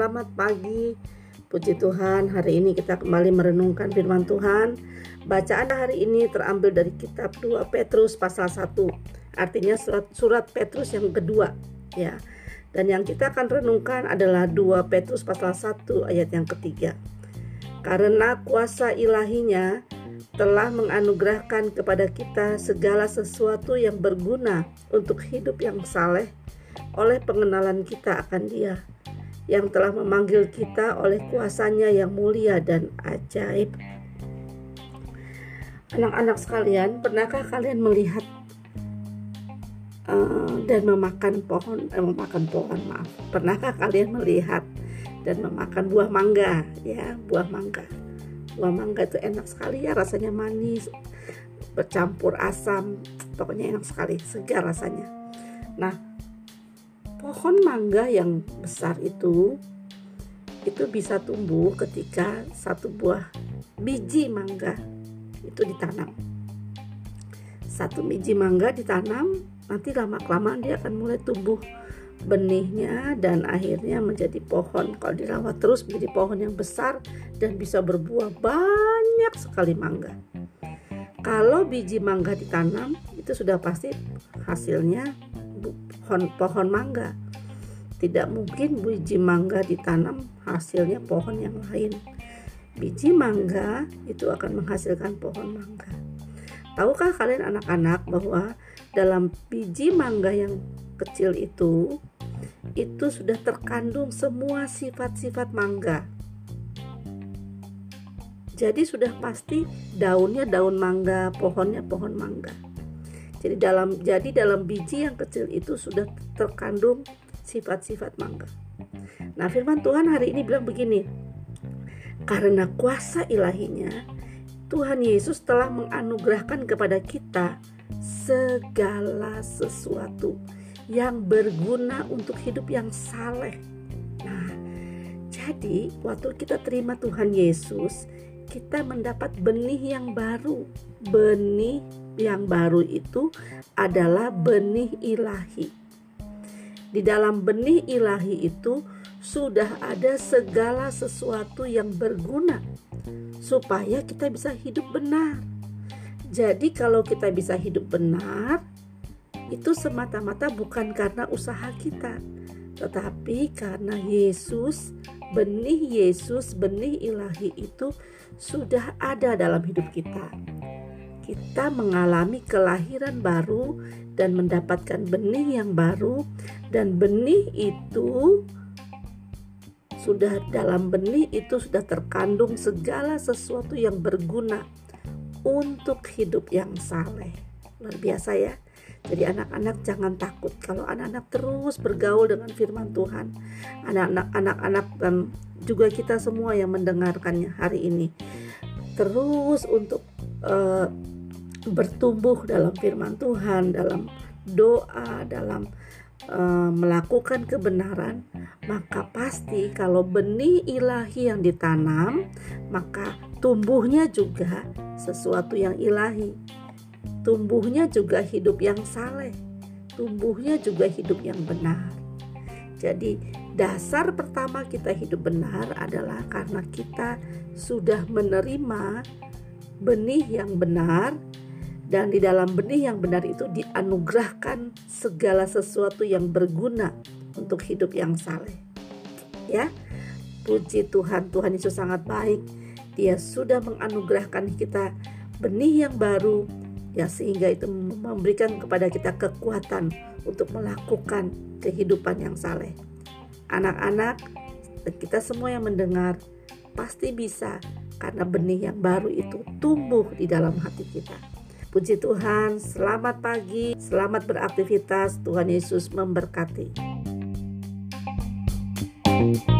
selamat pagi. Puji Tuhan, hari ini kita kembali merenungkan firman Tuhan. Bacaan hari ini terambil dari kitab 2 Petrus pasal 1. Artinya surat Petrus yang kedua, ya. Dan yang kita akan renungkan adalah 2 Petrus pasal 1 ayat yang ketiga. Karena kuasa ilahinya telah menganugerahkan kepada kita segala sesuatu yang berguna untuk hidup yang saleh oleh pengenalan kita akan Dia yang telah memanggil kita oleh kuasanya yang mulia dan ajaib. Anak-anak sekalian, pernahkah kalian melihat dan memakan pohon? Pernahkah kalian melihat dan memakan buah mangga? Ya, buah mangga. Buah mangga itu enak sekali ya, rasanya manis, bercampur asam, pokoknya enak sekali, segar rasanya. Nah, pohon mangga yang besar itu bisa tumbuh ketika satu buah biji mangga itu ditanam. Satu biji mangga ditanam, nanti lama-kelamaan dia akan mulai tumbuh benihnya dan akhirnya menjadi pohon. Kalau dirawat terus menjadi pohon yang besar dan bisa berbuah banyak sekali mangga. Kalau biji mangga ditanam, itu sudah pasti hasilnya pohon mangga. Tidak mungkin biji mangga ditanam hasilnya pohon yang lain. Biji mangga itu akan menghasilkan pohon mangga. Tahukah kalian anak-anak bahwa dalam biji mangga yang kecil itu sudah terkandung semua sifat-sifat mangga. Jadi sudah pasti daunnya daun mangga, pohonnya pohon mangga. Jadi dalam biji yang kecil itu sudah terkandung sifat-sifat mangga. Nah, firman Tuhan hari ini bilang begini. Karena kuasa ilahinya, Tuhan Yesus telah menganugerahkan kepada kita segala sesuatu yang berguna untuk hidup yang saleh. Nah, jadi waktu kita terima Tuhan Yesus, kita mendapat benih yang baru. Benih yang baru itu adalah benih ilahi. Di dalam benih ilahi itu sudah ada segala sesuatu yang berguna supaya kita bisa hidup benar. Jadi kalau kita bisa hidup benar, itu semata-mata bukan karena usaha kita, tetapi karena Yesus, benih ilahi itu sudah ada dalam hidup kita. Kita mengalami kelahiran baru dan mendapatkan benih yang baru, dan benih itu dalam benih itu sudah terkandung segala sesuatu yang berguna untuk hidup yang saleh. Luar biasa ya. Jadi anak-anak jangan takut kalau anak-anak terus bergaul dengan firman Tuhan. Anak-anak dan juga kita semua yang mendengarkannya hari ini terus untuk bertumbuh dalam firman Tuhan, dalam doa, dalam melakukan kebenaran, maka pasti kalau benih ilahi yang ditanam, maka tumbuhnya juga sesuatu yang ilahi. Tumbuhnya juga hidup yang saleh, tumbuhnya juga hidup yang benar. Jadi dasar pertama kita hidup benar adalah karena kita sudah menerima benih yang benar, dan di dalam benih yang benar itu dianugerahkan segala sesuatu yang berguna untuk hidup yang saleh. Ya, puji Tuhan, Tuhan Yesus sangat baik. Dia sudah menganugerahkan kita benih yang baru, ya, sehingga itu memberikan kepada kita kekuatan untuk melakukan kehidupan yang saleh. Anak-anak, kita semua yang mendengar pasti bisa, karena benih yang baru itu tumbuh di dalam hati kita. Puji Tuhan, selamat pagi, selamat beraktivitas, Tuhan Yesus memberkati.